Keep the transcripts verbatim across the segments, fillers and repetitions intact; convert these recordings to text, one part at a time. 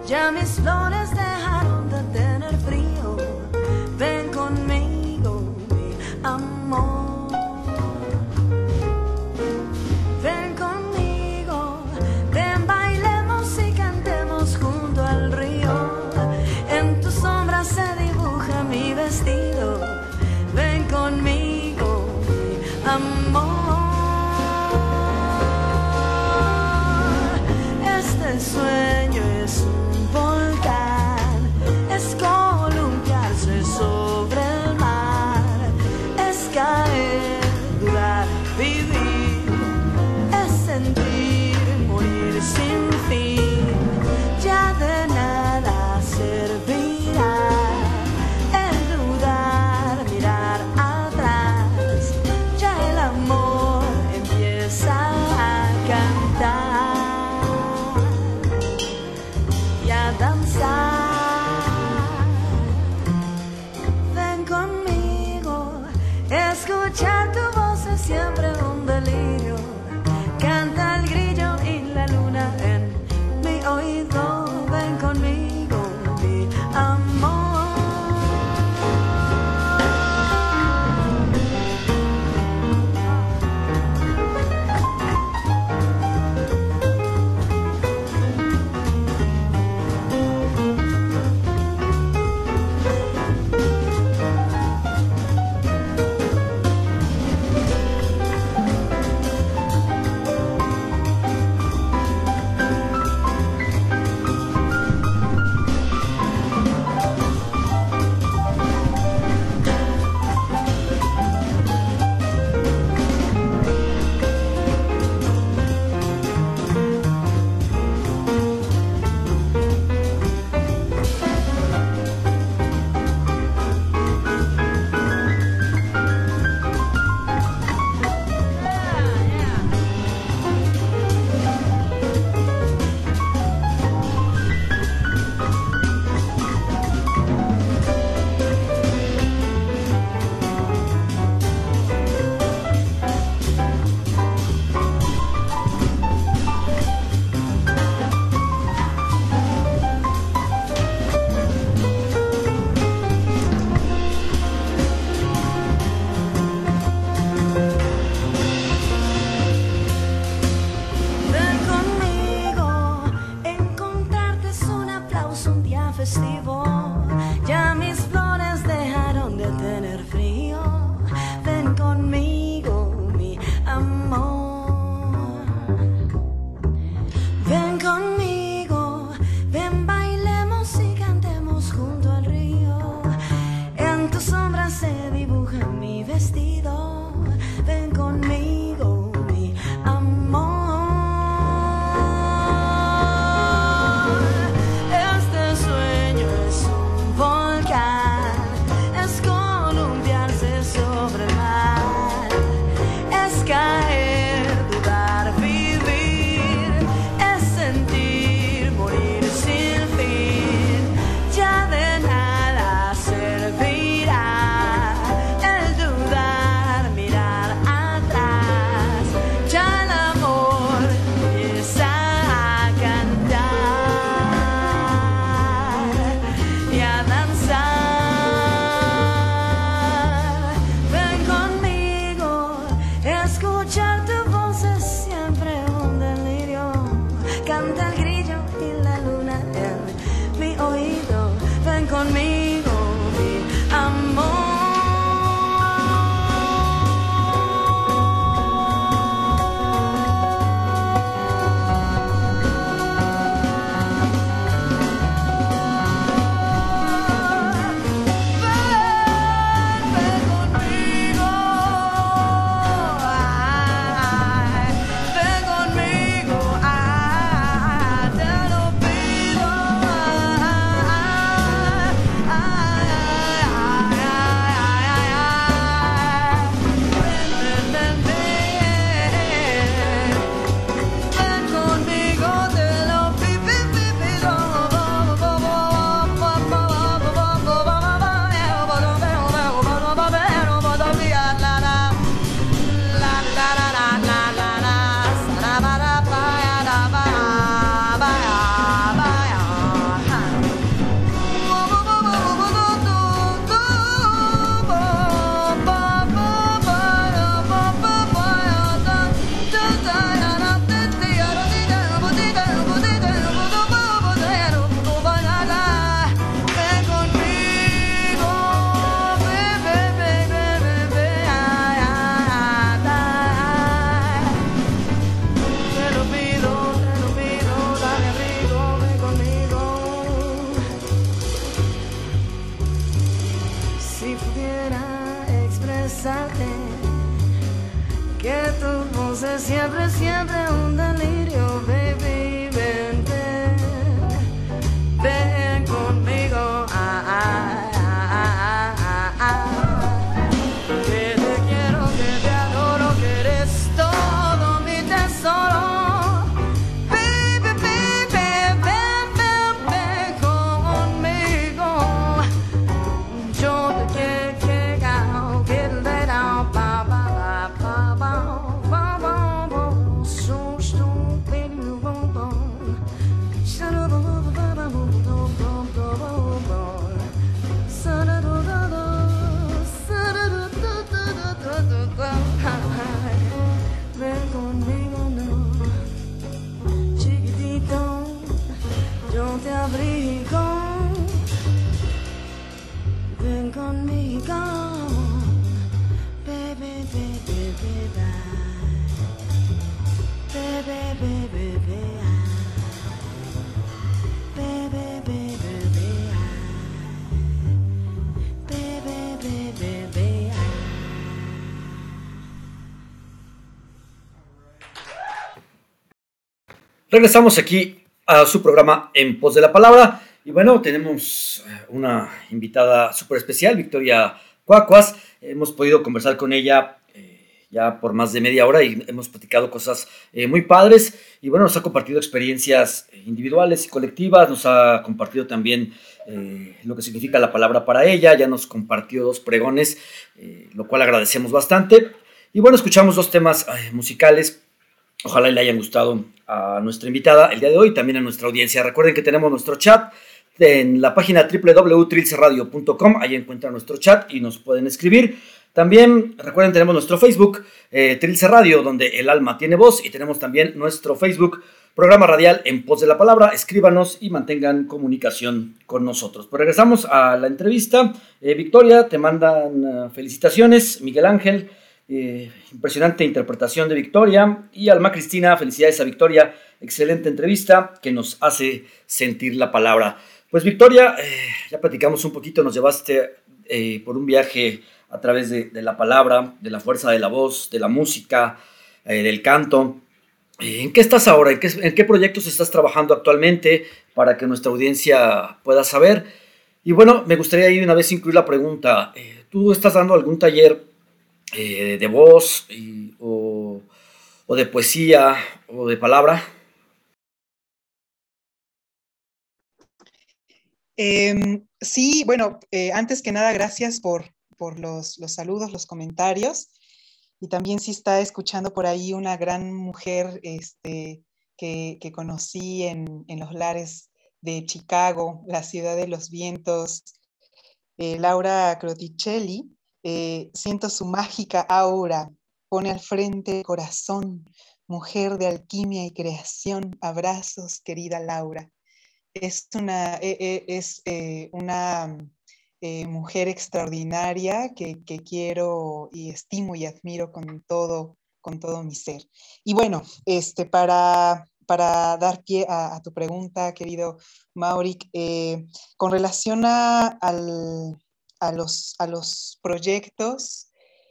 Ya mis flores dejaron de tener frío. Ven conmigo, mi amor. Ven conmigo, ven, bailemos y cantemos junto al río. En tu sombra se dibuja mi vestido. Ven conmigo, mi amor. Este sueño es un volcán, es columpiarse sobre el mar, es caer, durar, vivir, es sentir, morir sin fin. Ya de nada servirá el dudar, mirar atrás. Ya el amor empieza a cantar y a danzar. Ven conmigo, escuchar tu voz es siempre un delirio. Canta el grillo y la luna en mi oído. Ven conmigo, mi amor. Ven conmigo, encontrarte es un aplauso, un día festivo. Ya mis flores dejaron de tener frío. Ven conmigo, mi amor. Ven conmigo, ven, bailemos y cantemos junto al río. En tu sombra se dibuja mi vestido. Ven conmigo, mi amor. Este sueño es siempre, siempre un delirio, baby, ven, ven, ven conmigo, ah, ah, ah, ah, ah, ah. Que te quiero, que te adoro, que eres todo mi tesoro. Ven conmigo, no, chiquitito, yo te abrigo. Ven conmigo, baby, baby, baby, baby, baby, baby, baby, baby, baby, baby, baby. Regresamos aquí a su programa En Pos de la Palabra. Y bueno, tenemos una invitada súper especial, Victoria Cuacuas. Hemos podido conversar con ella eh, ya por más de media hora y hemos platicado cosas eh, muy padres. Y bueno, nos ha compartido experiencias individuales y colectivas. Nos ha compartido también eh, lo que significa la palabra para ella. Ya nos compartió dos pregones, eh, lo cual agradecemos bastante. Y bueno, escuchamos dos temas eh, musicales. Ojalá le hayan gustado a nuestra invitada el día de hoy, también a nuestra audiencia. Recuerden que tenemos nuestro chat en la página doble u doble u doble u punto trilce radio punto com. Ahí encuentran nuestro chat y nos pueden escribir. También, recuerden, tenemos nuestro Facebook, eh, Trilce Radio, donde el alma tiene voz. Y tenemos también nuestro Facebook, Programa Radial En Pos de la Palabra. Escríbanos y mantengan comunicación con nosotros. Pues regresamos a la entrevista. Eh, Victoria, te mandan uh, felicitaciones. Miguel Ángel. Eh, impresionante interpretación de Victoria. Y Alma Cristina, felicidades a Victoria, excelente entrevista que nos hace sentir la palabra. Pues Victoria, eh, ya platicamos un poquito, nos llevaste eh, por un viaje a través de, de la palabra, de la fuerza de la voz, de la música, eh, del canto. Eh, ¿En qué estás ahora? ¿En qué, ¿En qué proyectos estás trabajando actualmente para que nuestra audiencia pueda saber? Y bueno, me gustaría ahí de una vez incluir la pregunta, eh, ¿tú estás dando algún taller Eh, de voz y, o, o de poesía o de palabra? Eh, sí, bueno, eh, antes que nada, gracias por, por los, los saludos, los comentarios. Y también si está escuchando por ahí una gran mujer este, que, que conocí en, en los lares de Chicago, la ciudad de los vientos, eh, Laura Croticelli. Eh, siento su mágica aura, pone al frente el corazón, mujer de alquimia y creación, abrazos, querida Laura. Es una, eh, eh, es, eh, una eh, mujer extraordinaria que, que quiero y estimo y admiro con todo, con todo mi ser. Y bueno, este, para, para dar pie a, a tu pregunta, querido Mauric, eh, con relación a, al, a, los, a los proyectos,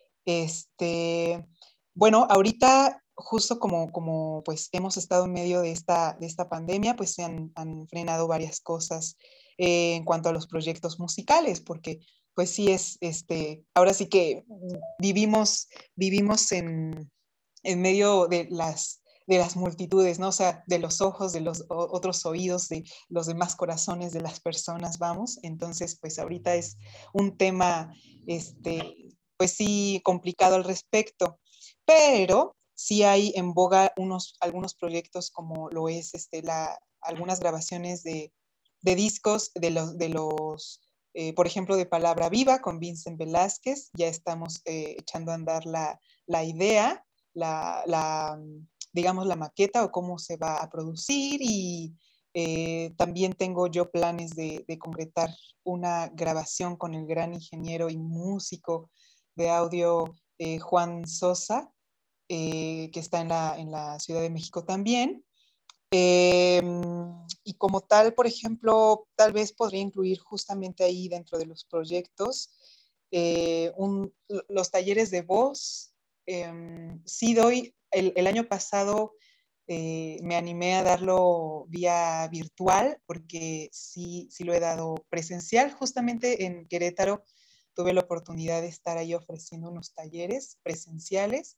este, bueno, ahorita justo como, como pues hemos estado en medio de esta, de esta pandemia, pues se han, han frenado varias cosas eh, en cuanto a los proyectos musicales, porque pues sí es, este, ahora sí que vivimos, vivimos en, en medio de las, de las multitudes, ¿no? O sea, de los ojos, de los otros oídos, de los demás corazones de las personas, vamos. Entonces, pues ahorita es un tema, este, pues sí, complicado al respecto, pero sí hay en boga unos, algunos proyectos como lo es este, la, algunas grabaciones de, de discos de los, de los eh, por ejemplo, de Palabra Viva con Vincent Velázquez. Ya estamos eh, echando a andar la, la idea, la, la, digamos, la maqueta o cómo se va a producir, y eh, también tengo yo planes de, de concretar una grabación con el gran ingeniero y músico de audio eh, Juan Sosa, eh, que está en la, en la Ciudad de México también. Eh, y como tal, por ejemplo, tal vez podría incluir justamente ahí dentro de los proyectos eh, un, los talleres de voz eh, sí doy, el, el año pasado eh, me animé a darlo vía virtual, porque sí, sí lo he dado presencial. Justamente en Querétaro tuve la oportunidad de estar ahí ofreciendo unos talleres presenciales,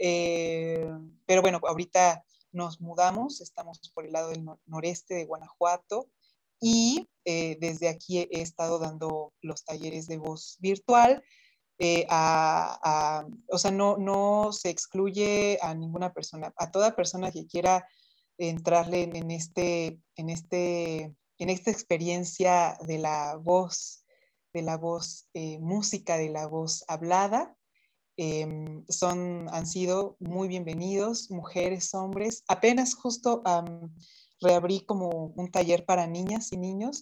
eh, pero bueno, ahorita nos mudamos, estamos por el lado del nor noreste de Guanajuato, y eh, desde aquí he, he estado dando los talleres de voz virtual. Eh, a, a, o sea, no, no se excluye a ninguna persona, a toda persona que quiera entrarle en, en, este, en, este, en esta experiencia de la voz, de la voz eh, música, de la voz hablada. Eh, son, han sido muy bienvenidos, mujeres, hombres. Apenas justo um, reabrí como un taller para niñas y niños.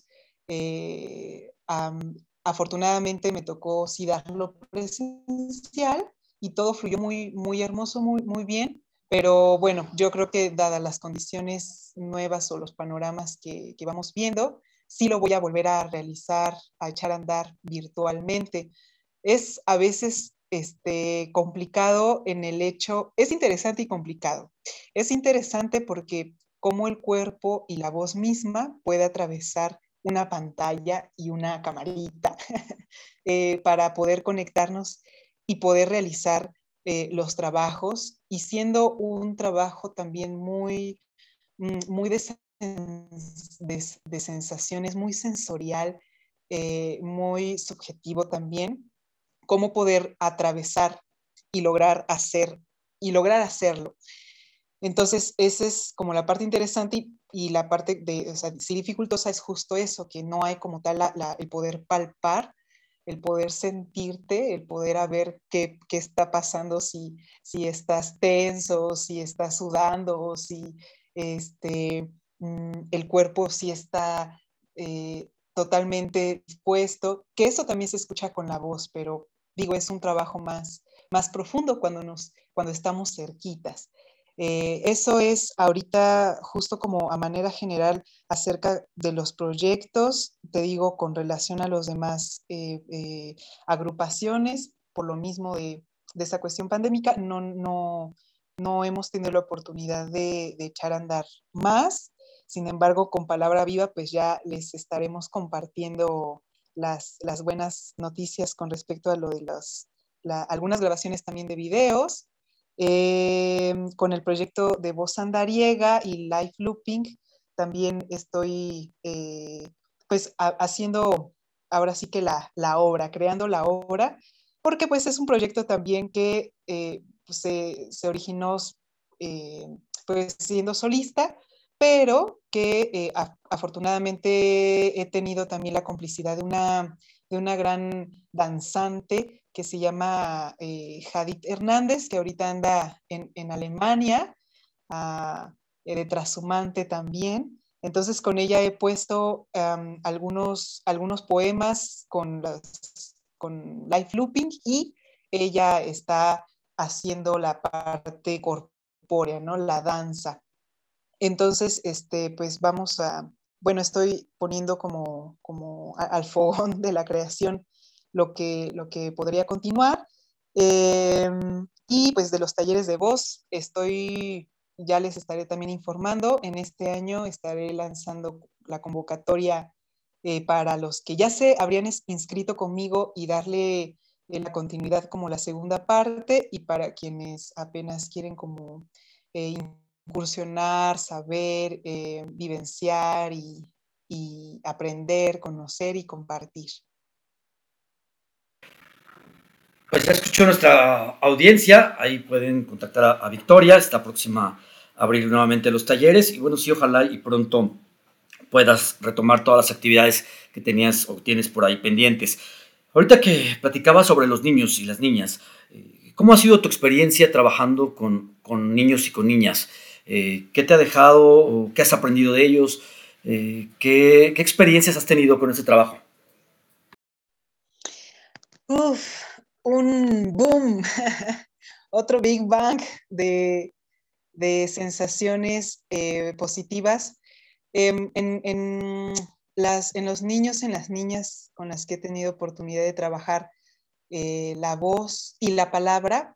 Eh, um, afortunadamente me tocó sí darlo presencial y todo fluyó muy, muy hermoso, muy, muy bien. Pero bueno, yo creo que dadas las condiciones nuevas o los panoramas que, que vamos viendo, sí lo voy a volver a realizar, a echar a andar virtualmente. Es a veces este, complicado en el hecho, es interesante y complicado. Es interesante porque cómo el cuerpo y la voz misma puede atravesar una pantalla y una camarita eh, para poder conectarnos y poder realizar eh, los trabajos, y siendo un trabajo también muy, muy de, de, de sensaciones, muy sensorial, eh, muy subjetivo también, cómo poder atravesar y lograr hacer y lograr hacerlo. Entonces, esa es como la parte interesante, y, y la parte de, o sea, sí dificultosa es justo eso, que no hay como tal la, la, el poder palpar, el poder sentirte, el poder a ver qué, qué está pasando, si, si estás tenso, si estás sudando, si este, el cuerpo si está eh, totalmente dispuesto, que eso también se escucha con la voz, pero digo, es un trabajo más, más profundo cuando, nos, cuando estamos cerquitas. Eh, eso es ahorita justo como a manera general acerca de los proyectos, te digo, con relación a los demás eh, eh, agrupaciones, por lo mismo de, de esa cuestión pandémica, no, no, no hemos tenido la oportunidad de, de echar a andar más. Sin embargo, con Palabra Viva, pues ya les estaremos compartiendo las, las buenas noticias con respecto a lo de las, la, algunas grabaciones también de videos. Eh, con el proyecto de Voz Andariega y Live Looping, también estoy eh, pues a, haciendo ahora sí que la, la, obra, creando la obra, porque pues es un proyecto también que eh, pues, se, se, originó eh, pues siendo solista, pero que eh, afortunadamente he tenido también la complicidad de una, de una gran danzante que se llama eh, Jadith Hernández, que ahorita anda en, en Alemania, uh, de trashumante también. Entonces con ella he puesto um, algunos, algunos poemas con, las, con live looping, y ella está haciendo la parte corpórea, ¿no? La danza. Entonces, este, pues vamos a, bueno, estoy poniendo como, como al fogón de la creación lo que, lo que podría continuar. Eh, y pues de los talleres de voz, estoy, ya les estaré también informando. En este año estaré lanzando la convocatoria eh, para los que ya se habrían inscrito conmigo y darle eh, la continuidad como la segunda parte, y para quienes apenas quieren como eh, incursionar, saber, eh, vivenciar y, y aprender, conocer y compartir. Pues ya escuchó nuestra audiencia, ahí pueden contactar a, a Victoria, está próxima a abrir nuevamente los talleres, y bueno, sí, ojalá y pronto puedas retomar todas las actividades que tenías o tienes por ahí pendientes. Ahorita que platicabas sobre los niños y las niñas, ¿cómo ha sido tu experiencia trabajando con, con niños y con niñas? Eh, ¿Qué te ha dejado o qué has aprendido de ellos? Eh, ¿qué, ¿Qué experiencias has tenido con ese trabajo? Uf, un boom, otro Big Bang de, de sensaciones eh, positivas. Eh, en, en, las, en los niños, en las niñas con las que he tenido oportunidad de trabajar, eh, la voz y la palabra,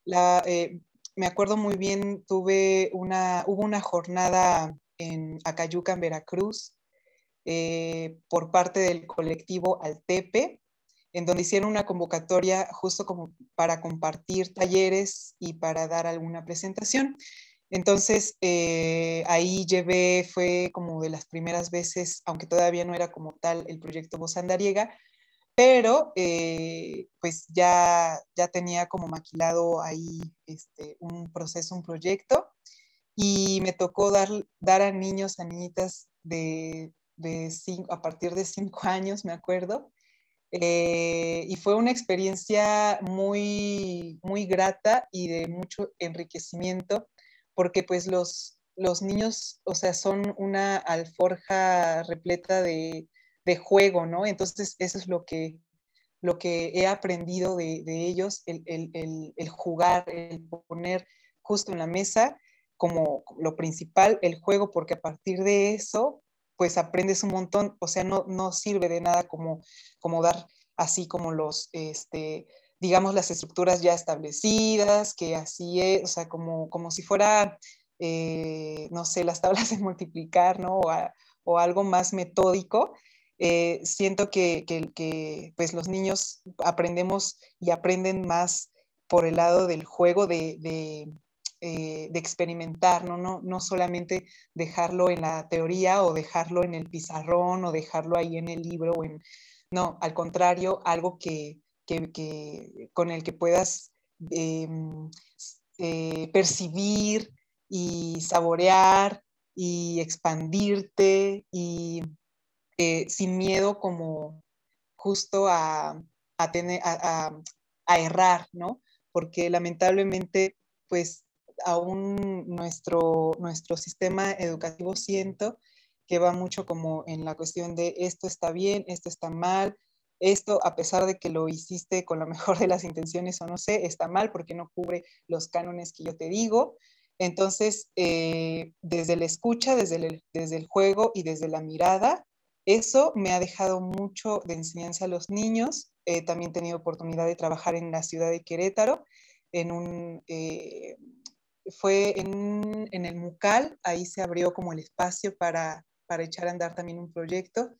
la, eh, me acuerdo muy bien, tuve una, hubo una jornada en Acayuca, en Veracruz, eh, por parte del colectivo Altepe, en donde hicieron una convocatoria justo como para compartir talleres y para dar alguna presentación. Entonces, eh, ahí llevé, fue como de las primeras veces, aunque todavía no era como tal el proyecto Voz Andariega, pero eh, pues ya, ya tenía como maquilado ahí este, un proceso, un proyecto, y me tocó dar, dar a niños, a niñitas de, de cinco, a partir de cinco años, me acuerdo, eh, y fue una experiencia muy, muy grata y de mucho enriquecimiento, porque pues los, los niños, o sea, son una alforja repleta de, de juego, ¿no? Entonces eso es lo que, lo que he aprendido de, de ellos, el, el, el, el jugar, el poner justo en la mesa como lo principal el juego, porque a partir de eso pues aprendes un montón, o sea, no, no sirve de nada como, como dar así como los, este, digamos, las estructuras ya establecidas, que así es, o sea, como, como si fuera, eh, no sé, las tablas de multiplicar, ¿no? O, a, o algo más metódico. Eh, siento que, que, que, pues los niños aprendemos y aprenden más por el lado del juego, de, de, eh, de experimentar, ¿no? No, no solamente dejarlo en la teoría o dejarlo en el pizarrón o dejarlo ahí en el libro. O en, no, al contrario, algo que, que, que con el que puedas eh, eh, percibir y saborear y expandirte y eh, sin miedo como justo a, a, tener, a, a, a errar, ¿no? Porque lamentablemente, pues aún nuestro, nuestro sistema educativo siento que va mucho como en la cuestión de esto está bien, esto está mal, esto a pesar de que lo hiciste con la mejor de las intenciones o no sé, está mal porque no cubre los cánones que yo te digo. Entonces, eh, desde la escucha, desde el, desde el juego y desde la mirada, eso me ha dejado mucho de enseñanza a los niños. Eh, también he tenido oportunidad de trabajar en la ciudad de Querétaro, en un, eh, fue en, en el Mucal, ahí se abrió como el espacio para, para echar a andar también un proyecto.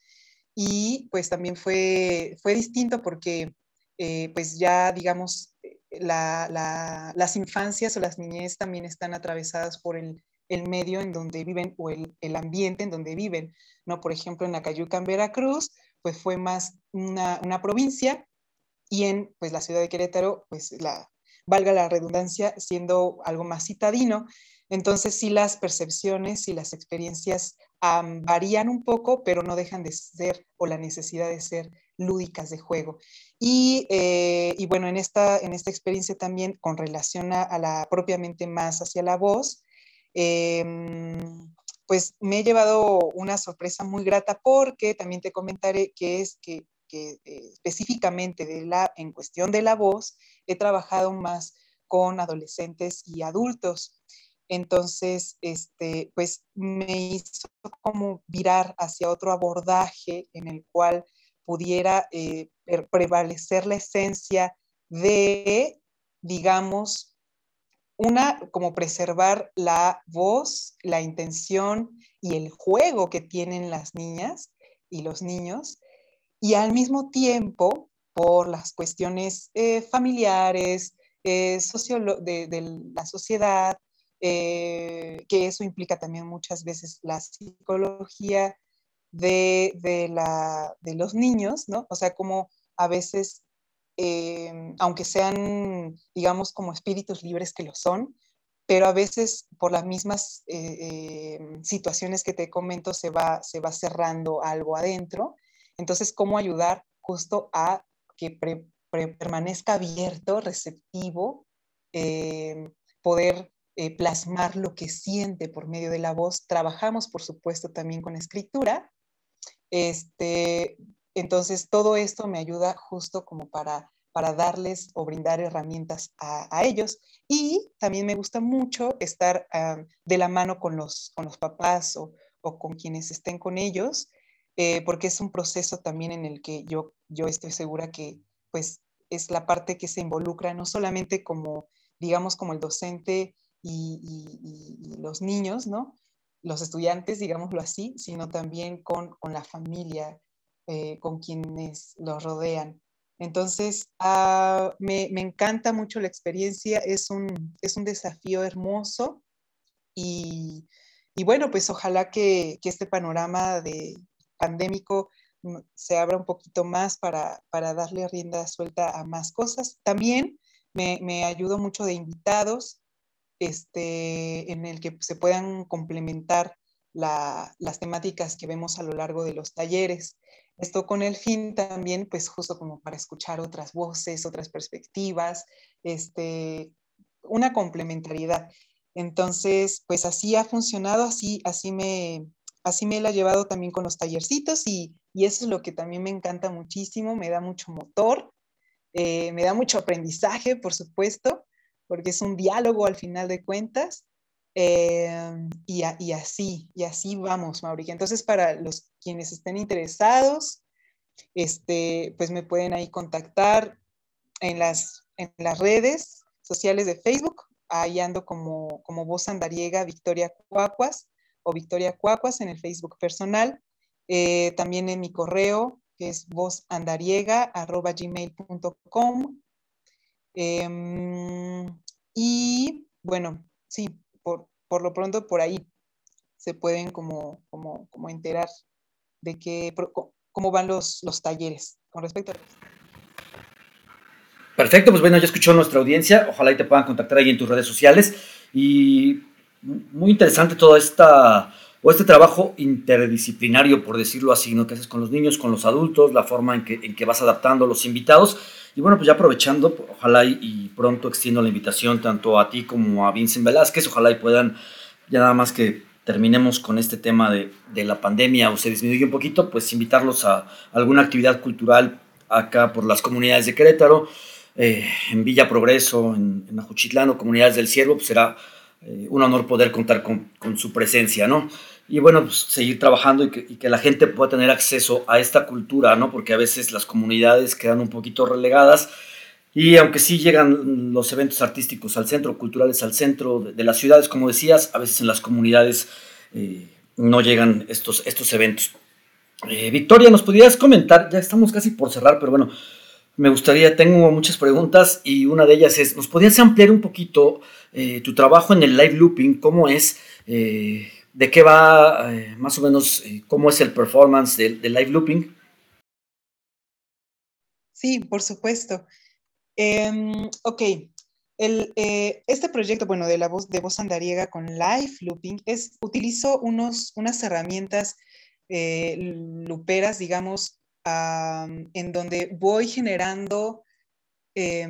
Y pues también fue, fue distinto porque eh, pues ya digamos la, la, las infancias o las niñez también están atravesadas por el, el medio en donde viven o el, el, ambiente en donde viven, ¿no? Por ejemplo, en Acayuca, en Veracruz, pues fue más una, una provincia, y en pues la ciudad de Querétaro, pues la, valga la redundancia, siendo algo más citadino. Entonces sí, las percepciones y las experiencias um, varían un poco, pero no dejan de ser, o la necesidad de ser, lúdicas de juego. Y, eh, y bueno, en esta, en esta experiencia también con relación a, a la propiamente más hacia la voz, eh, pues me he llevado una sorpresa muy grata, porque también te comentaré que es que, que eh, específicamente de la, en cuestión de la voz, he trabajado más con adolescentes y adultos. Entonces, este, pues me hizo como virar hacia otro abordaje en el cual pudiera eh, prevalecer la esencia de, digamos, una, como preservar la voz, la intención y el juego que tienen las niñas y los niños, y al mismo tiempo, por las cuestiones eh, familiares, eh, de, de la sociedad, eh, que eso implica también muchas veces la psicología de, de, la, de los niños, ¿no? O sea, como a veces, eh, aunque sean, digamos, como espíritus libres que lo son, pero a veces por las mismas eh, eh, situaciones que te comento se va, se va cerrando algo adentro. Entonces, ¿cómo ayudar justo a que pre, pre, permanezca abierto, receptivo, eh, poder eh, plasmar lo que siente por medio de la voz? Trabajamos, por supuesto, también con escritura. Este, entonces, todo esto me ayuda justo como para, para darles o brindar herramientas a, a ellos. Y también me gusta mucho estar um, de la mano con los, con los papás o, o con quienes estén con ellos, eh, porque es un proceso también en el que yo, yo estoy segura que pues es la parte que se involucra no solamente como digamos, como el docente y, y, y los niños, ¿no? Los estudiantes, digámoslo así, sino también con, con la familia, eh, con quienes los rodean. Entonces, uh, me, me encanta mucho la experiencia, es un, es un desafío hermoso y, y bueno, pues ojalá que, que este panorama de pandémico se abra un poquito más para, para darle rienda suelta a más cosas. También me, me ayudó mucho de invitados, este, en el que se puedan complementar la, las temáticas que vemos a lo largo de los talleres. Esto con el fin también, pues justo como para escuchar otras voces, otras perspectivas, este, una complementariedad. Entonces, pues así ha funcionado, así, así, me, así me la he llevado también con los tallercitos y, y eso es lo que también me encanta muchísimo, me da mucho motor, eh, me da mucho aprendizaje, por supuesto, porque es un diálogo al final de cuentas. Eh, y, a, y, así, y así vamos, Mauricio. Entonces, para los quienes estén interesados, este, pues me pueden ahí contactar en las, en las redes sociales de Facebook. Ahí ando como, como Voz Andariega Victoria Cuacuas o Victoria Cuacuas en el Facebook personal. Eh, también en mi correo, que es vozandariega arroba gmail punto com. Eh, y bueno, sí, por, por lo pronto por ahí se pueden como, como, como enterar de qué, cómo van los, los talleres con respecto a... Perfecto, pues bueno, ya escuchó nuestra audiencia, ojalá y te puedan contactar ahí en tus redes sociales y muy interesante toda esta, o este trabajo interdisciplinario, por decirlo así, ¿no? Que haces con los niños, con los adultos, la forma en que, en que vas adaptando a los invitados y bueno, pues ya aprovechando, ojalá y, y pronto extiendo la invitación tanto a ti como a Vincent Velázquez, ojalá y puedan, ya nada más que terminemos con este tema de, de la pandemia o se disminuye un poquito, pues invitarlos a, a alguna actividad cultural acá por las comunidades de Querétaro. Eh, en Villa Progreso, en, en Ajuchitlán o Comunidades del Ciervo, pues será eh, un honor poder contar con, con su presencia, ¿no? Y bueno, pues seguir trabajando y que, y que la gente pueda tener acceso a esta cultura, ¿no? Porque a veces las comunidades quedan un poquito relegadas y aunque sí llegan los eventos artísticos al centro, culturales al centro de, de las ciudades, como decías, a veces en las comunidades eh, no llegan estos, estos eventos. Eh, Victoria, ¿nos podrías comentar? Ya estamos casi por cerrar, pero bueno, me gustaría, tengo muchas preguntas y una de ellas es, ¿nos podrías ampliar un poquito eh, tu trabajo en el live looping? ¿Cómo es? Eh, ¿De qué va eh, más o menos? Eh, ¿Cómo es el performance del, del live looping? Sí, por supuesto. Eh, ok, el, eh, este proyecto, bueno, de la voz de Voz Andariega con live looping, es, utilizo unos, unas herramientas eh, luperas, digamos, um, en donde voy generando eh,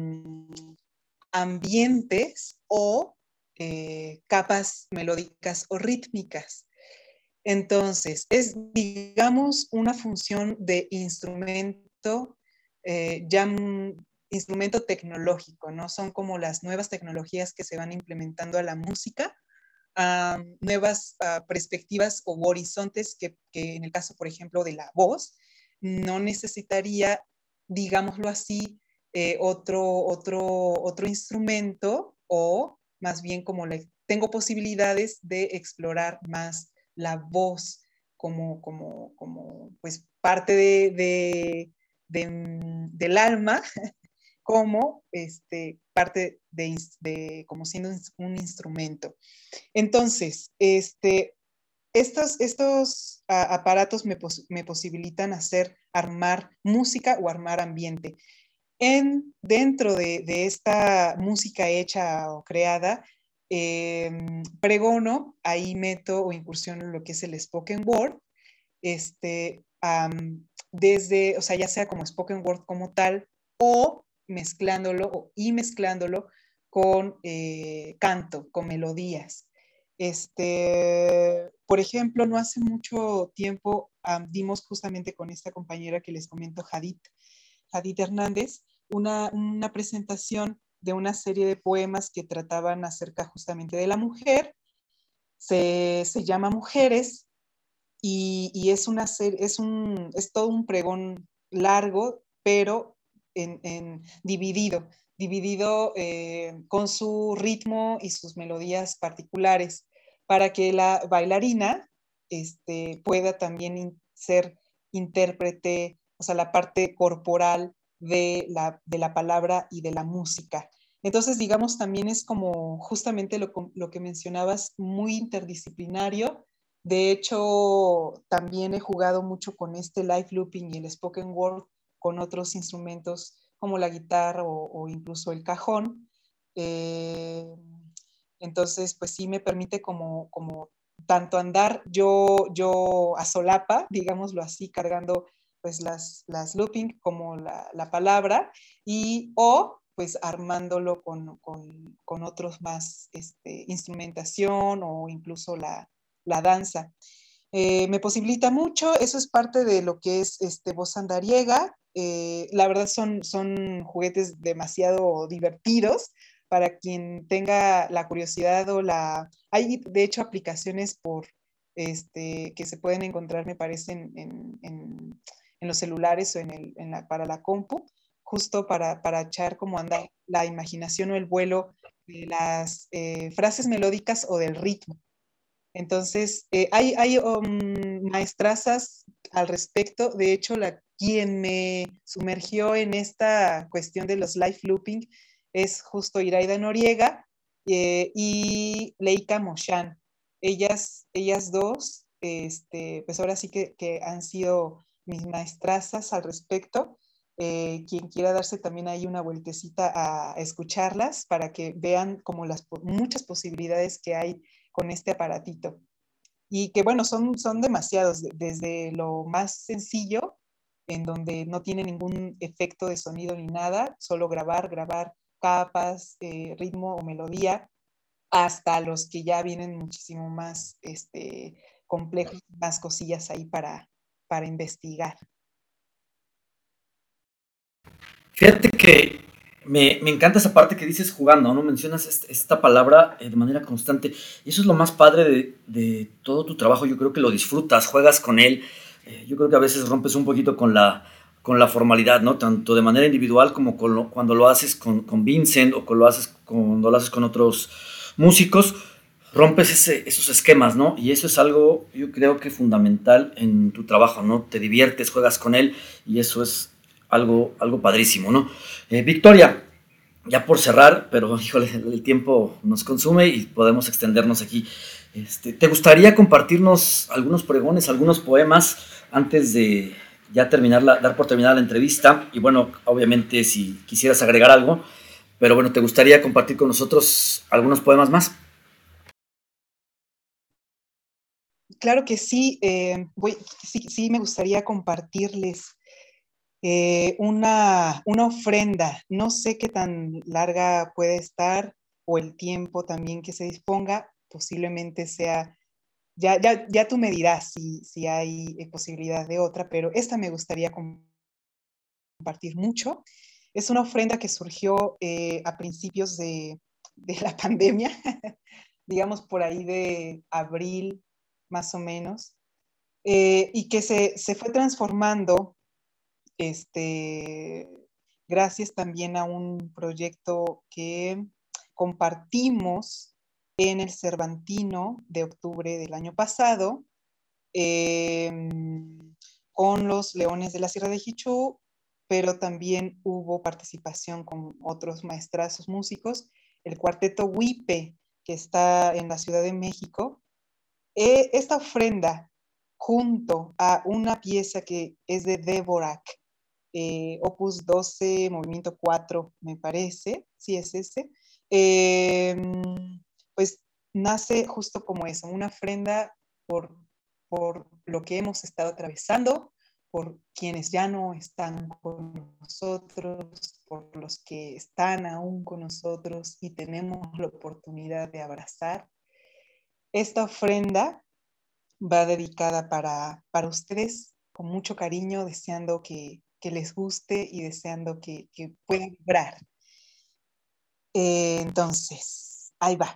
ambientes o eh, capas melódicas o rítmicas. Entonces, es, digamos, una función de instrumento, eh, ya un instrumento tecnológico, ¿no? Son como las nuevas tecnologías que se van implementando a la música, uh, nuevas uh, perspectivas o horizontes que, que en el caso, por ejemplo, de la voz, no necesitaría, digámoslo así, eh, otro, otro, otro instrumento o más bien como le, tengo posibilidades de explorar más la voz como, como, como pues parte de, de, de, del alma, como este, parte de, de, como siendo un instrumento. Entonces, este, estos, estos uh, aparatos me, pos me posibilitan hacer, armar música o armar ambiente. En, dentro de, de esta música hecha o creada, eh, pregono, ahí meto o incursiono en lo que es el spoken word, este, um, desde, o sea, ya sea como spoken word como tal, o mezclándolo, o, y mezclándolo con eh, canto, con melodías. Este, por ejemplo, no hace mucho tiempo um, dimos justamente con esta compañera que les comento, Jadit, Jadit Hernández, una, una presentación de una serie de poemas que trataban acerca justamente de la mujer. Se, se llama Mujeres y, y es, una serie, es, un, es todo un pregón largo, pero en, en, dividido, dividido eh, con su ritmo y sus melodías particulares, para que la bailarina este, pueda también in- ser intérprete, o sea, la parte corporal de la, de la palabra y de la música. Entonces, digamos, también es como justamente lo, lo que mencionabas, muy interdisciplinario. De hecho, también he jugado mucho con este live looping y el spoken word con otros instrumentos como la guitarra o, o incluso el cajón. Eh, entonces, pues sí me permite como, como tanto andar yo, yo a solapa, digámoslo así, cargando pues las, las looping como la, la palabra, y o pues armándolo con, con, con otros más este, instrumentación o incluso la, la danza. Eh, me posibilita mucho, eso es parte de lo que es este, voz andariega. Eh, la verdad son, son juguetes demasiado divertidos para quien tenga la curiosidad o la... Hay de hecho aplicaciones por, este, que se pueden encontrar, me parece, en, en, en, en los celulares o en el, en la, para la compu, justo para, para echar como andar la imaginación o el vuelo de las eh, frases melódicas o del ritmo. Entonces, eh, hay, hay um, maestrazas al respecto. De hecho, la, quien me sumergió en esta cuestión de los live looping es justo Iraida Noriega eh, y Leica Moshan. Ellas, ellas dos, este, pues ahora sí que, que han sido mis maestrazas al respecto. Eh, quien quiera darse también ahí una vueltecita a, a escucharlas para que vean como las muchas posibilidades que hay con este aparatito. Y que bueno, son, son demasiados, desde lo más sencillo, en donde no tiene ningún efecto de sonido ni nada, solo grabar, grabar capas, eh, ritmo o melodía, hasta los que ya vienen muchísimo más este, complejos, más cosillas ahí para, para investigar. Fíjate que me, me encanta esa parte que dices jugando, ¿no? Mencionas esta, esta palabra eh, de manera constante. Y eso es lo más padre de, de todo tu trabajo. Yo creo que lo disfrutas, juegas con él. Eh, yo creo que a veces rompes un poquito con la, con la formalidad, ¿no? Tanto de manera individual como con lo, cuando lo haces con, con Vincent o cuando lo haces, cuando lo haces con otros músicos. Rompes ese, esos esquemas, ¿no? Y eso es algo, yo creo que fundamental en tu trabajo, ¿no? Te diviertes, juegas con él y eso es algo, algo padrísimo, ¿no? Eh, Victoria, ya por cerrar, pero híjole, el tiempo nos consume y podemos extendernos aquí. Este, ¿Te gustaría compartirnos algunos pregones, algunos poemas antes de ya terminar la, dar por terminada la entrevista? Y bueno, obviamente si quisieras agregar algo, pero bueno, ¿te gustaría compartir con nosotros algunos poemas más? Claro que sí, eh, voy, sí, sí me gustaría compartirles eh, una, una ofrenda. No sé qué tan larga puede estar o el tiempo también que se disponga. Posiblemente sea, ya, ya, ya tú me dirás si, si hay eh, posibilidad de otra, pero esta me gustaría compartir mucho. Es una ofrenda que surgió eh, a principios de, de la pandemia, digamos por ahí de abril más o menos, eh, y que se, se fue transformando este, gracias también a un proyecto que compartimos en el Cervantino de octubre del año pasado, eh, con los Leones de la Sierra de Jichú, pero también hubo participación con otros maestrazos músicos, el cuarteto Huipe, que está en la Ciudad de México. Eh, esta ofrenda, junto a una pieza que es de Dvorak, eh, Opus doce, movimiento cuatro, me parece, sí es ese, eh, pues nace justo como eso, una ofrenda por, por lo que hemos estado atravesando, por quienes ya no están con nosotros, por los que están aún con nosotros y tenemos la oportunidad de abrazar. Esta ofrenda va dedicada para, para ustedes, con mucho cariño, deseando que, que les guste y deseando que, que puedan vibrar. Eh, entonces, ahí va.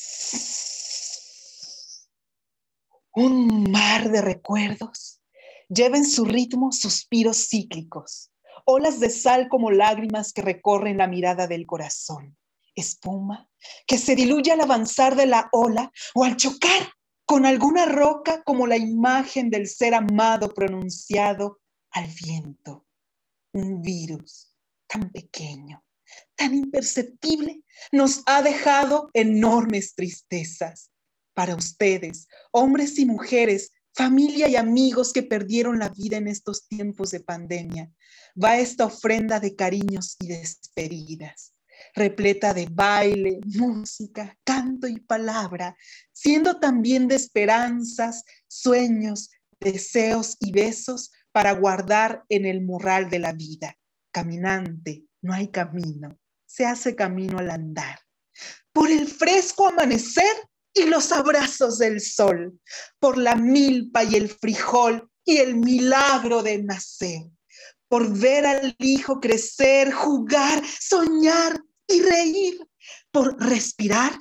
Un mar de recuerdos Lleva en su ritmo suspiros cíclicos, olas de sal como lágrimas que recorren la mirada del corazón, espuma que se diluye al avanzar de la ola o al chocar con alguna roca como la imagen del ser amado pronunciado al viento. Un virus tan pequeño, tan imperceptible, nos ha dejado enormes tristezas. Para ustedes, hombres y mujeres, familia y amigos que perdieron la vida en estos tiempos de pandemia, va esta ofrenda de cariños y despedidas, repleta de baile, música, canto y palabra, siendo también de esperanzas, sueños, deseos y besos para guardar en el morral de la vida. Caminante, no hay camino, se hace camino al andar. Por el fresco amanecer y los abrazos del sol, por la milpa y el frijol y el milagro de nacer, por ver al hijo crecer, jugar, soñar y reír, por respirar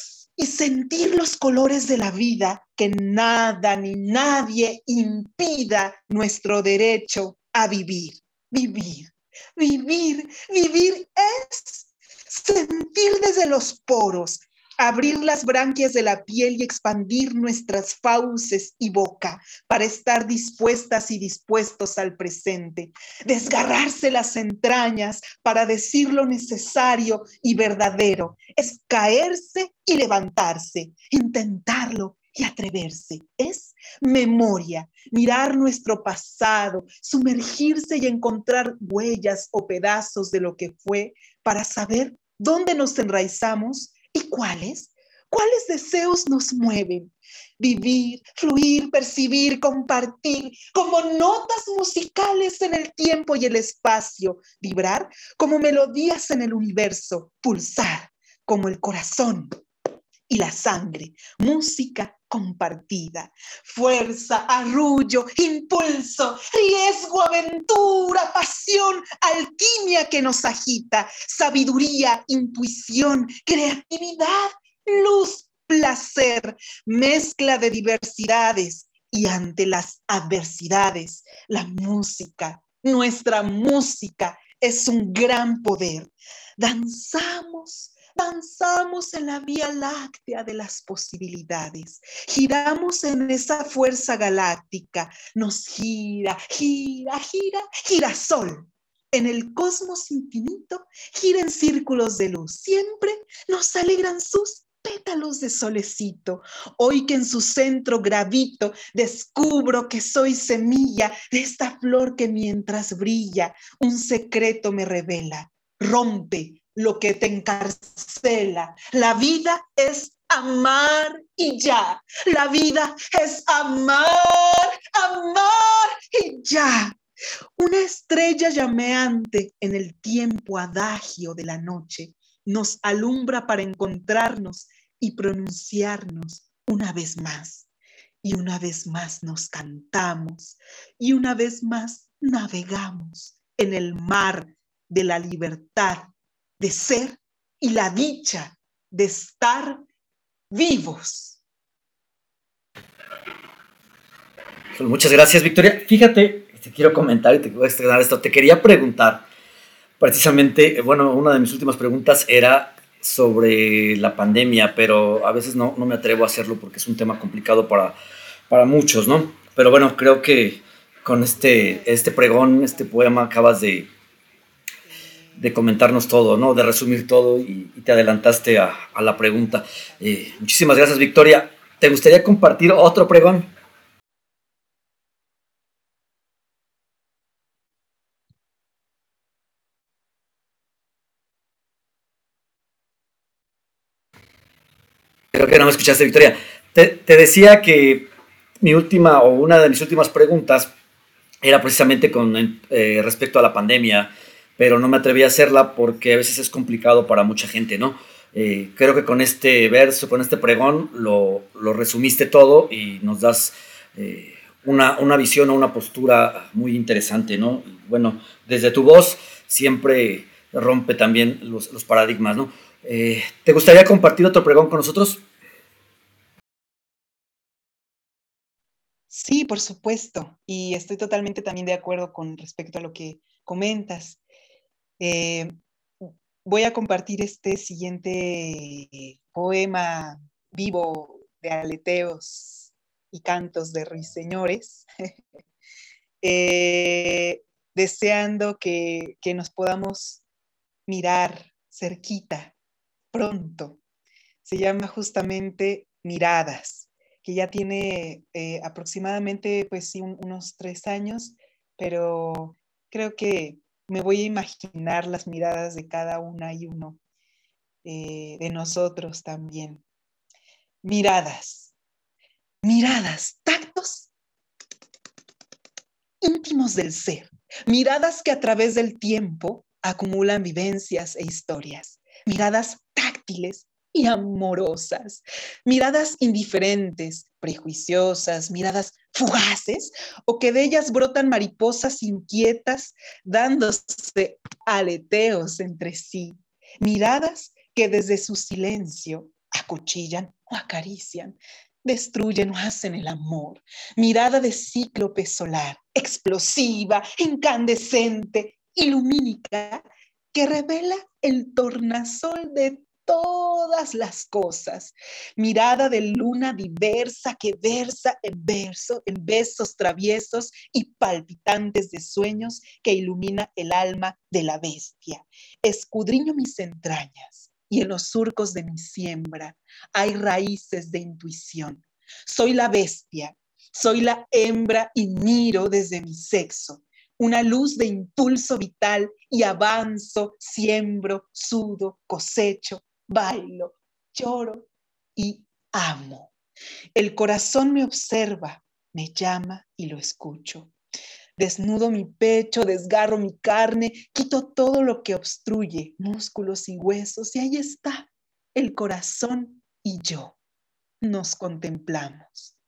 y sentir los colores de la vida, que nada ni nadie impida nuestro derecho a vivir. Vivir, vivir, vivir es sentir desde los poros, abrir las branquias de la piel y expandir nuestras fauces y boca para estar dispuestas y dispuestos al presente, desgarrarse las entrañas para decir lo necesario y verdadero, es caerse y levantarse, intentarlo y atreverse, es memoria, mirar nuestro pasado, sumergirse y encontrar huellas o pedazos de lo que fue para saber dónde nos enraizamos. ¿Y cuáles? ¿Cuáles deseos nos mueven? Vivir, fluir, percibir, compartir, como notas musicales en el tiempo y el espacio. Vibrar como melodías en el universo. Pulsar como el corazón y la sangre. Música compartida. Fuerza, arrullo, impulso, riesgo, aventura, pasión, alquimia que nos agita, sabiduría, intuición, creatividad, luz, placer, mezcla de diversidades y ante las adversidades, la música, nuestra música es un gran poder. Danzamos, Danzamos en la vía láctea de las posibilidades, giramos en esa fuerza galáctica, nos gira, gira, gira, girasol. En el cosmos infinito gira en círculos de luz, siempre nos alegran sus pétalos de solecito. Hoy que en su centro gravito, descubro que soy semilla de esta flor que mientras brilla, un secreto me revela, rompe lo que te encarcela. La vida es amar y ya. La vida es amar, amar y ya. Una estrella llameante en el tiempo adagio de la noche nos alumbra para encontrarnos y pronunciarnos una vez más. Y una vez más nos cantamos y una vez más navegamos en el mar de la libertad de ser y la dicha de estar vivos. Muchas gracias, Victoria. Fíjate, te quiero comentar y te voy a estrenar esto. Te quería preguntar, precisamente, bueno, una de mis últimas preguntas era sobre la pandemia, pero a veces no, no me atrevo a hacerlo porque es un tema complicado para, para muchos, ¿no? Pero bueno, creo que con este, este pregón, este poema, acabas de de comentarnos todo, ¿no? De resumir todo y, y te adelantaste a, a la pregunta. Eh, muchísimas gracias, Victoria. ¿Te gustaría compartir otro pregón? Creo que no me escuchaste, Victoria. Te, te decía que mi última o una de mis últimas preguntas era precisamente con eh, respecto a la pandemia, pero no me atreví a hacerla porque a veces es complicado para mucha gente, ¿no? Eh, creo que con este verso, con este pregón, lo, lo resumiste todo y nos das eh, una, una visión o una postura muy interesante, ¿no? Y bueno, desde tu voz siempre rompe también los, los paradigmas, ¿no? Eh, ¿Te gustaría compartir otro pregón con nosotros? Sí, por supuesto. Y estoy totalmente también de acuerdo con respecto a lo que comentas. Eh, Voy a compartir este siguiente poema vivo de aleteos y cantos de ruiseñores, eh, deseando que, que nos podamos mirar cerquita, pronto. Se llama justamente Miradas, que ya tiene eh, aproximadamente, pues sí, un- unos tres años, pero creo que me voy a imaginar las miradas de cada una y uno eh, de nosotros también. Miradas, miradas, tactos íntimos del ser, miradas que a través del tiempo acumulan vivencias e historias, miradas táctiles y amorosas, miradas indiferentes, prejuiciosas, miradas fugaces, o que de ellas brotan mariposas inquietas dándose aleteos entre sí, miradas que desde su silencio acuchillan o acarician, destruyen o hacen el amor, mirada de cíclope solar, explosiva, incandescente, ilumínica, que revela el tornasol de todas las cosas, mirada de luna diversa que versa en verso, en besos traviesos y palpitantes de sueños que ilumina el alma de la bestia. Escudriño mis entrañas y en los surcos de mi siembra hay raíces de intuición. Soy la bestia, soy la hembra y miro desde mi sexo, una luz de impulso vital y avanzo, siembro, sudo, cosecho, bailo, lloro y amo. El corazón me observa, me llama y lo escucho. Desnudo mi pecho, desgarro mi carne, quito todo lo que obstruye, músculos y huesos, y ahí está, el corazón y yo. Nos contemplamos.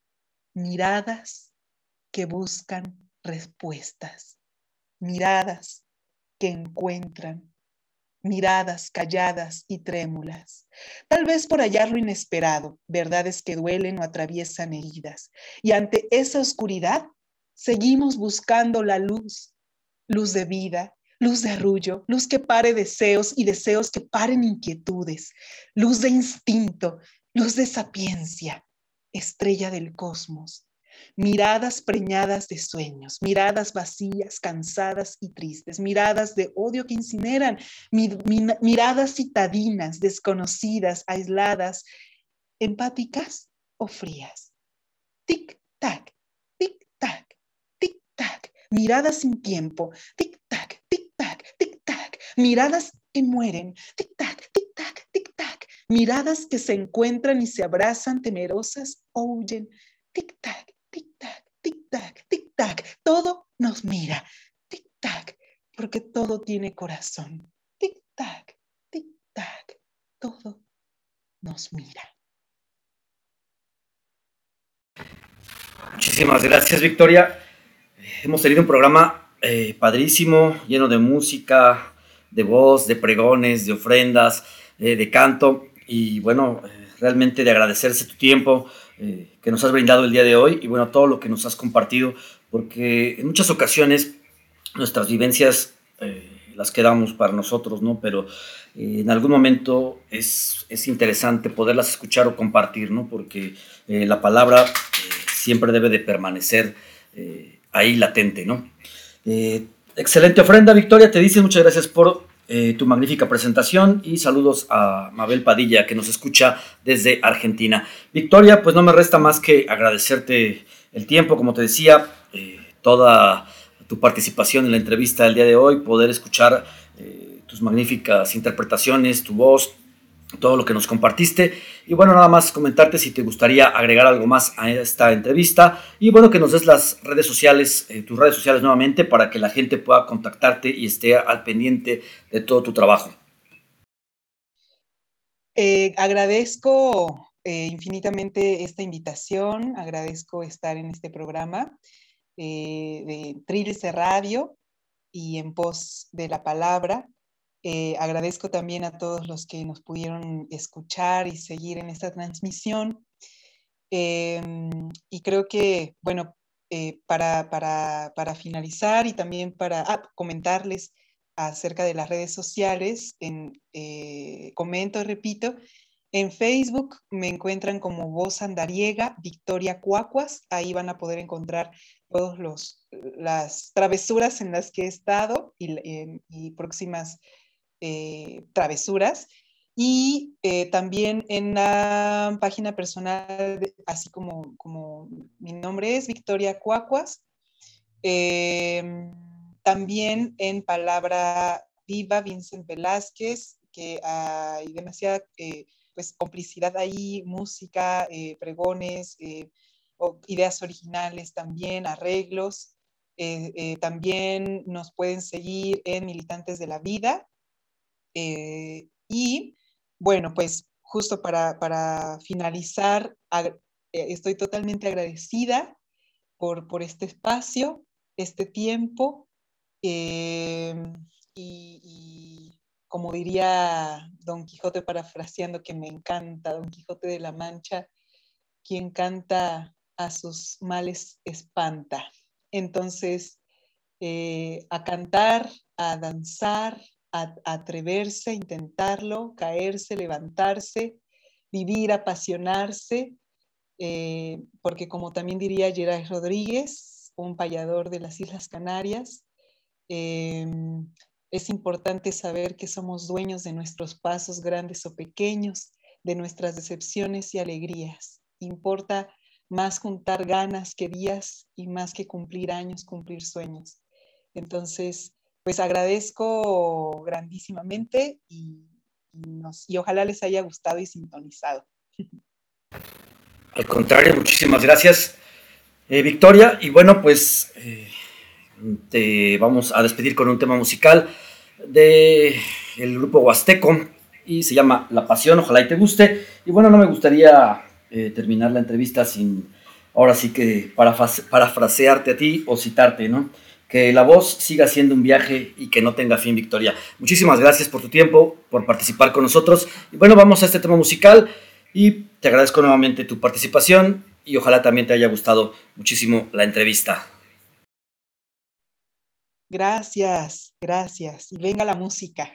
Miradas que buscan respuestas, miradas que encuentran, miradas calladas y trémulas, tal vez por hallar lo inesperado, verdades que duelen o atraviesan heridas. Y ante esa oscuridad, seguimos buscando la luz, luz de vida, luz de arrullo, luz que pare deseos y deseos que paren inquietudes, luz de instinto, luz de sapiencia, estrella del cosmos. Miradas preñadas de sueños, miradas vacías, cansadas y tristes, miradas de odio que incineran, mi, mi, miradas citadinas, desconocidas, aisladas, empáticas o frías. Tic-tac, tic-tac, tic-tac, miradas sin tiempo, tic-tac, tic-tac, tic-tac, miradas que mueren, tic-tac, tic-tac, tic-tac, miradas que se encuentran y se abrazan temerosas o huyen, tic-tac, tic-tac, tic-tac, tic-tac, todo nos mira, tic-tac, porque todo tiene corazón, tic-tac, tic-tac, todo nos mira. Muchísimas gracias, Victoria. Hemos tenido un programa eh, padrísimo, lleno de música, de voz, de pregones, de ofrendas, eh, de canto. Y bueno, eh, realmente de agradecerse tu tiempo eh, que nos has brindado el día de hoy y bueno, todo lo que nos has compartido, porque en muchas ocasiones nuestras vivencias eh, las quedamos para nosotros, ¿no? Pero eh, en algún momento es, es interesante poderlas escuchar o compartir, ¿no? Porque eh, la palabra eh, siempre debe de permanecer eh, ahí latente, ¿no? Eh, excelente ofrenda, Victoria, te dice muchas gracias por eh, tu magnífica presentación y saludos a Mabel Padilla que nos escucha desde Argentina. Victoria, pues no me resta más que agradecerte el tiempo, como te decía, eh, toda tu participación en la entrevista del día de hoy, poder escuchar eh, tus magníficas interpretaciones, tu voz, todo lo que nos compartiste. Y bueno, nada más comentarte si te gustaría agregar algo más a esta entrevista. Y bueno, que nos des las redes sociales, eh, tus redes sociales nuevamente para que la gente pueda contactarte y esté al pendiente de todo tu trabajo. Eh, agradezco eh, infinitamente esta invitación, agradezco estar en este programa eh, de Trilce Radio y en pos de la palabra. Eh, agradezco también a todos los que nos pudieron escuchar y seguir en esta transmisión. Eh, y creo que, bueno, eh, para, para, para, finalizar y también para ah, comentarles acerca de las redes sociales, en, eh, comento y repito, en Facebook me encuentran como Voz Andariega, Victoria Cuacuas, ahí van a poder encontrar todas las travesuras en las que he estado y, y, y próximas eh, travesuras. Y eh, también en la página personal, así como, como mi nombre es Victoria Cuacuas, eh, también en Palabra Viva, Vincent Velázquez, que hay demasiada eh, pues, complicidad ahí, música, eh, pregones, eh, o ideas originales también, arreglos. Eh, eh, también nos pueden seguir en Militantes de la Vida. Eh, y bueno, pues justo para, para finalizar, ag- eh, estoy totalmente agradecida por, por este espacio, este tiempo, eh, y, y como diría Don Quijote parafraseando, que me encanta, Don Quijote de la Mancha, quien canta a sus males espanta. Entonces, eh, a cantar, a danzar, a, a atreverse, a intentarlo, caerse, levantarse, vivir, apasionarse, eh, porque como también diría Geray Rodríguez, un payador de las Islas Canarias, eh, es importante saber que somos dueños de nuestros pasos grandes o pequeños, de nuestras decepciones y alegrías. Importa más juntar ganas que días y más que cumplir años, cumplir sueños. Entonces, pues agradezco grandísimamente y, y, nos, y ojalá les haya gustado y sintonizado. Al contrario, muchísimas gracias, eh, Victoria. Y bueno, pues eh, te vamos a despedir con un tema musical del grupo Huasteco y se llama La Pasión, ojalá y te guste. Y bueno, no me gustaría eh, terminar la entrevista sin, ahora sí que parafrasearte a ti o citarte, ¿no? Que la voz siga siendo un viaje y que no tenga fin, Victoria. Muchísimas gracias por tu tiempo, por participar con nosotros. Y bueno, vamos a este tema musical y te agradezco nuevamente tu participación y ojalá también te haya gustado muchísimo la entrevista. Gracias, gracias. Y venga la música.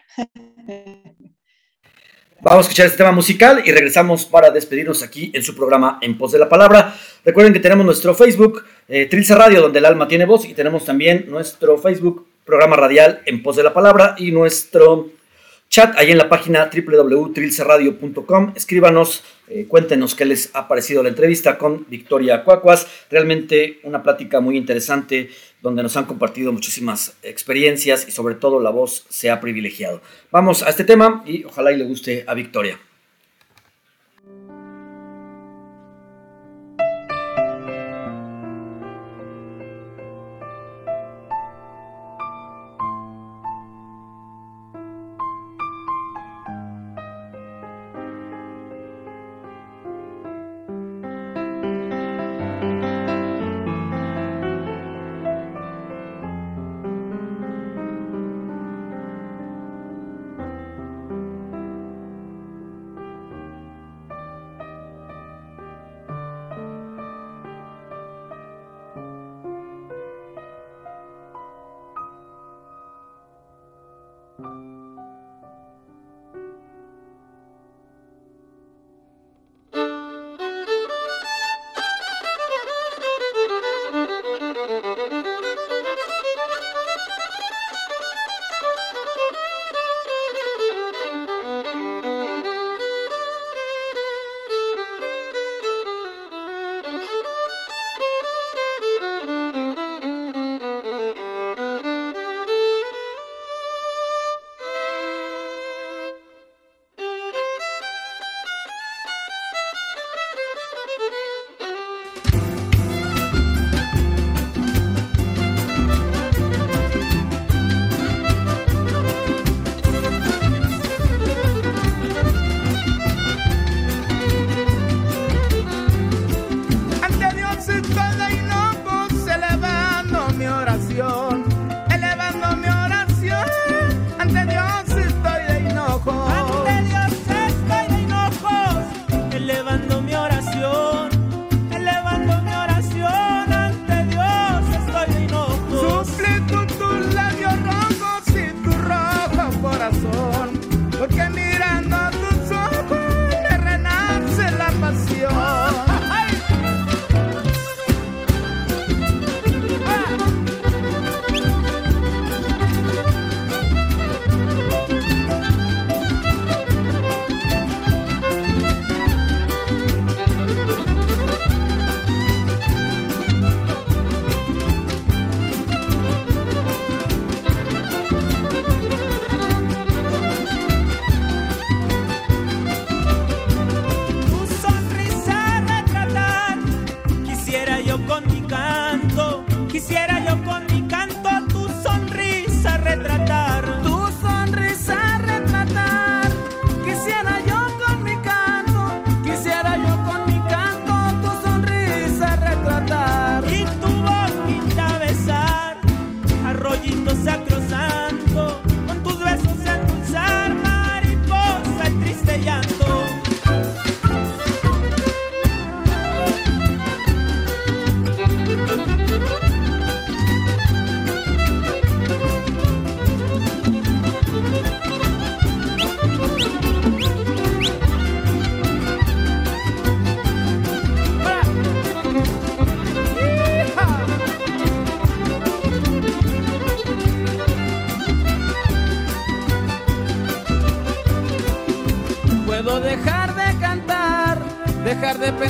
Vamos a escuchar este tema musical y regresamos para despedirnos aquí en su programa En Pos de la Palabra. Recuerden que tenemos nuestro Facebook, eh, Trilce Radio, donde el alma tiene voz, y tenemos también nuestro Facebook, programa radial En Pos de la Palabra, y nuestro chat ahí en la página doble u doble u doble u punto trilce radio punto com. Escríbanos, eh, cuéntenos qué les ha parecido la entrevista con Victoria Cuacuas. Realmente una plática muy interesante donde nos han compartido muchísimas experiencias y sobre todo la voz se ha privilegiado. Vamos a este tema y ojalá y le guste a Victoria.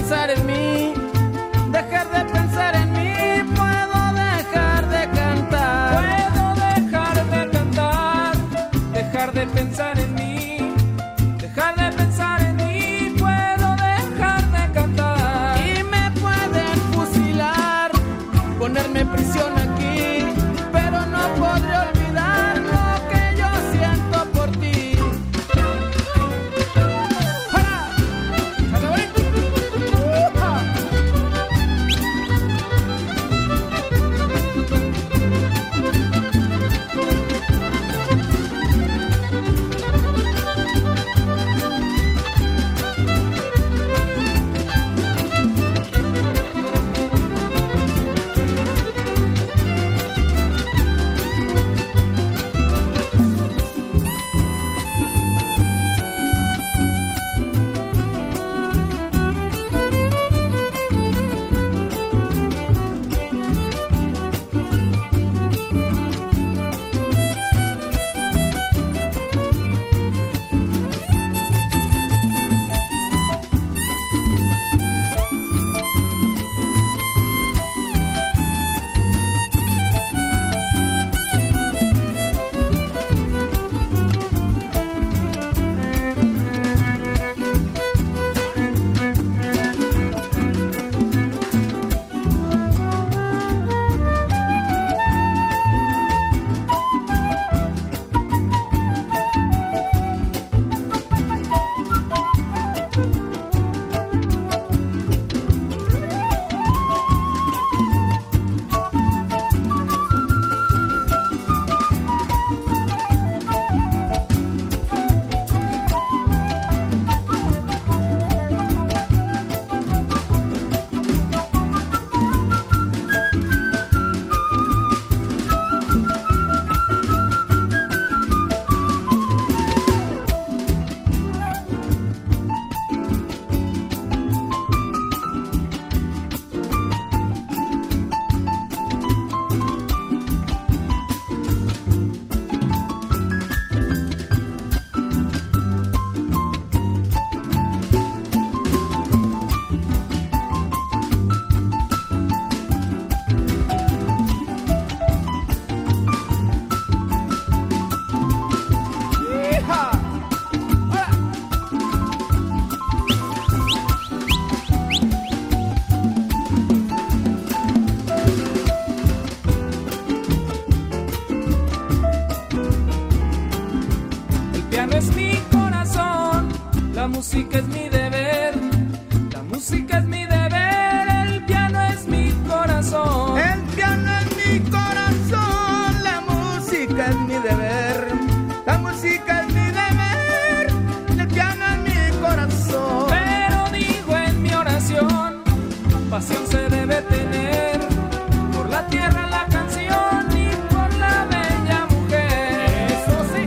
pensar en mí, dejar de pensar en mí, puedo dejar de cantar. Puedo dejar de cantar, dejar de pensar en mí, dejar de pensar en mí, puedo dejar de cantar. Y me pueden fusilar, ponerme en prisión aquí, pero no podré olvidar lo que yo siento por ti. ¡Hala! ¡Hala, bonito! ¡Uh-ha! La música es mi deber, la música es mi deber, el piano es mi corazón. El piano es mi corazón, la música es mi deber, la música es mi deber, el piano es mi corazón. Pero digo en mi oración, pasión se debe tener por la tierra, la canción y por la bella mujer. Eso sí.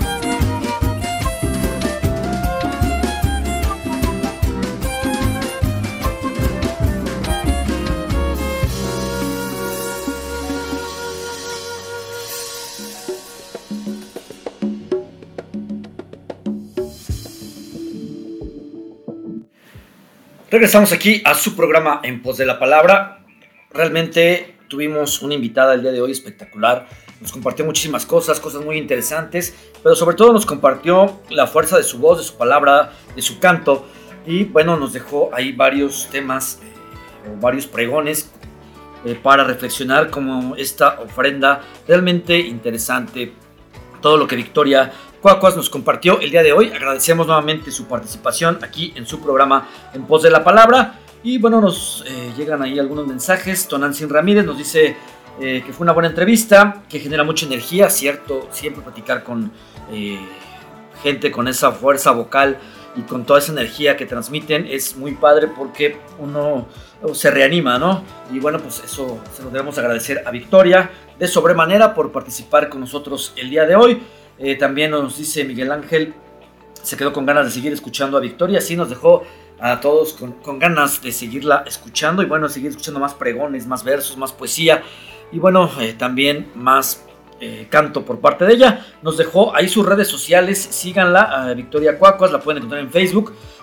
Regresamos aquí a su programa En Pos de la Palabra. Realmente tuvimos una invitada el día de hoy espectacular. Nos compartió muchísimas cosas, cosas muy interesantes, pero sobre todo nos compartió la fuerza de su voz, de su palabra, de su canto. Y bueno, nos dejó ahí varios temas eh, o varios pregones eh, para reflexionar, como esta ofrenda realmente interesante. Todo lo que Victoria Cuacuas nos compartió el día de hoy. Agradecemos nuevamente su participación aquí en su programa En Pos de la Palabra. Y bueno, nos eh, llegan ahí algunos mensajes. Tonantzin Ramírez nos dice eh, que fue una buena entrevista, que genera mucha energía, cierto, siempre platicar con eh, gente con esa fuerza vocal y con toda esa energía que transmiten es muy padre, porque uno se reanima, ¿no? Y bueno, pues eso se lo debemos agradecer a Victoria de sobremanera por participar con nosotros el día de hoy. Eh, también nos dice Miguel Ángel, se quedó con ganas de seguir escuchando a Victoria. Sí, nos dejó a todos con, con ganas de seguirla escuchando y bueno, seguir escuchando más pregones, más versos, más poesía y bueno, eh, también más eh, canto por parte de ella. Nos dejó ahí sus redes sociales, síganla, a Victoria Cuacuas, la pueden encontrar en Facebook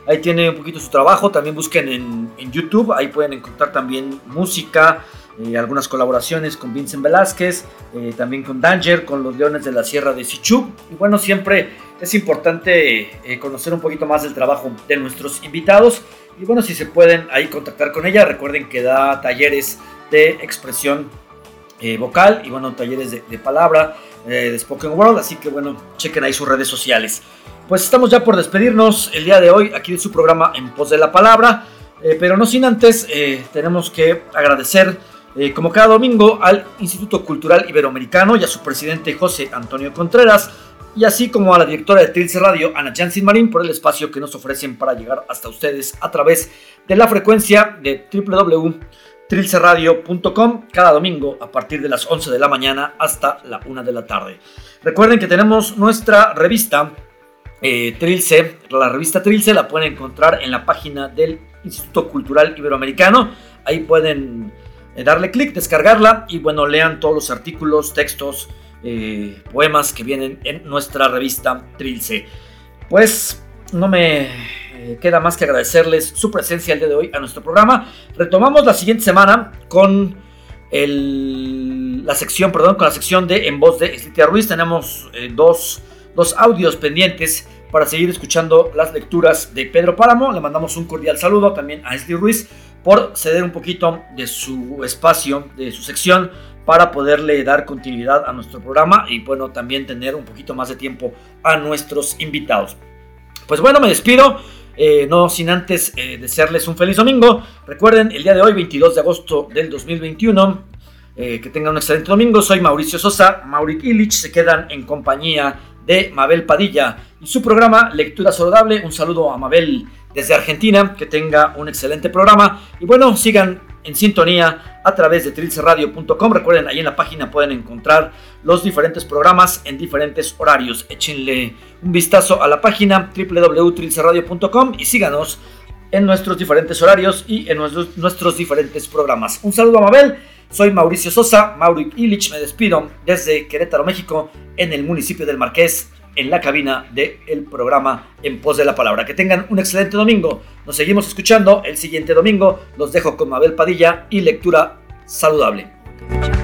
ahí tiene un poquito su trabajo. También busquen en, en YouTube, ahí pueden encontrar también música, eh, algunas colaboraciones con Vincent Velázquez, eh, también con Danger, con los Leones de la Sierra de Sichú. Y bueno, siempre es importante eh, conocer un poquito más del trabajo de nuestros invitados. Y bueno, si se pueden ahí contactar con ella, recuerden que da talleres de expresión eh, vocal y bueno, talleres de, de palabra, eh, de Spoken Word, así que bueno, chequen ahí sus redes sociales. Pues estamos ya por despedirnos el día de hoy aquí de su programa En Pos de la Palabra, eh, pero no sin antes eh, tenemos que agradecer eh, como cada domingo al Instituto Cultural Iberoamericano y a su presidente José Antonio Contreras, y así como a la directora de Trilce Radio, Ana Jansin Marín, por el espacio que nos ofrecen para llegar hasta ustedes a través de la frecuencia de doble u doble u doble u punto trilce radio punto com cada domingo a partir de las once de la mañana hasta la una de la tarde. Recuerden que tenemos nuestra revista eh, Trilce, la revista Trilce la pueden encontrar en la página del Instituto Cultural Iberoamericano. Ahí pueden eh, darle clic, descargarla y bueno, lean todos los artículos, textos, Eh, poemas que vienen en nuestra revista Trilce. Pues no me eh, queda más que agradecerles su presencia el día de hoy a nuestro programa. Retomamos la siguiente semana con el, la sección, perdón, con la sección de En Voz de Eslitia Ruiz. Tenemos eh, dos, dos audios pendientes para seguir escuchando las lecturas de Pedro Páramo. Le mandamos un cordial saludo también a Esli Ruiz por ceder un poquito de su espacio, de su sección, para poderle dar continuidad a nuestro programa y bueno, también tener un poquito más de tiempo a nuestros invitados. Pues bueno, me despido, eh, no sin antes eh, desearles un feliz domingo. Recuerden, el día de hoy, veintidós de agosto del dos mil veintiuno, eh, que tengan un excelente domingo. Soy Mauricio Sosa, Mauric Illich, se quedan en compañía de Mabel Padilla y su programa Lectura Saludable. Un saludo a Mabel desde Argentina, que tenga un excelente programa y bueno, sigan en sintonía a través de trilce radio punto com. Recuerden, ahí en la página pueden encontrar los diferentes programas en diferentes horarios. Échenle un vistazo a la página doble u doble u doble u punto trilce radio punto com y síganos en nuestros diferentes horarios y en nuestros, nuestros diferentes programas. Un saludo a Mabel, soy Mauricio Sosa, Mauric Illich, me despido desde Querétaro, México, en el municipio del Marqués, en la cabina del programa En Pos de la Palabra. Que tengan un excelente domingo. Nos seguimos escuchando el siguiente domingo. Los dejo con Mabel Padilla y Lectura Saludable.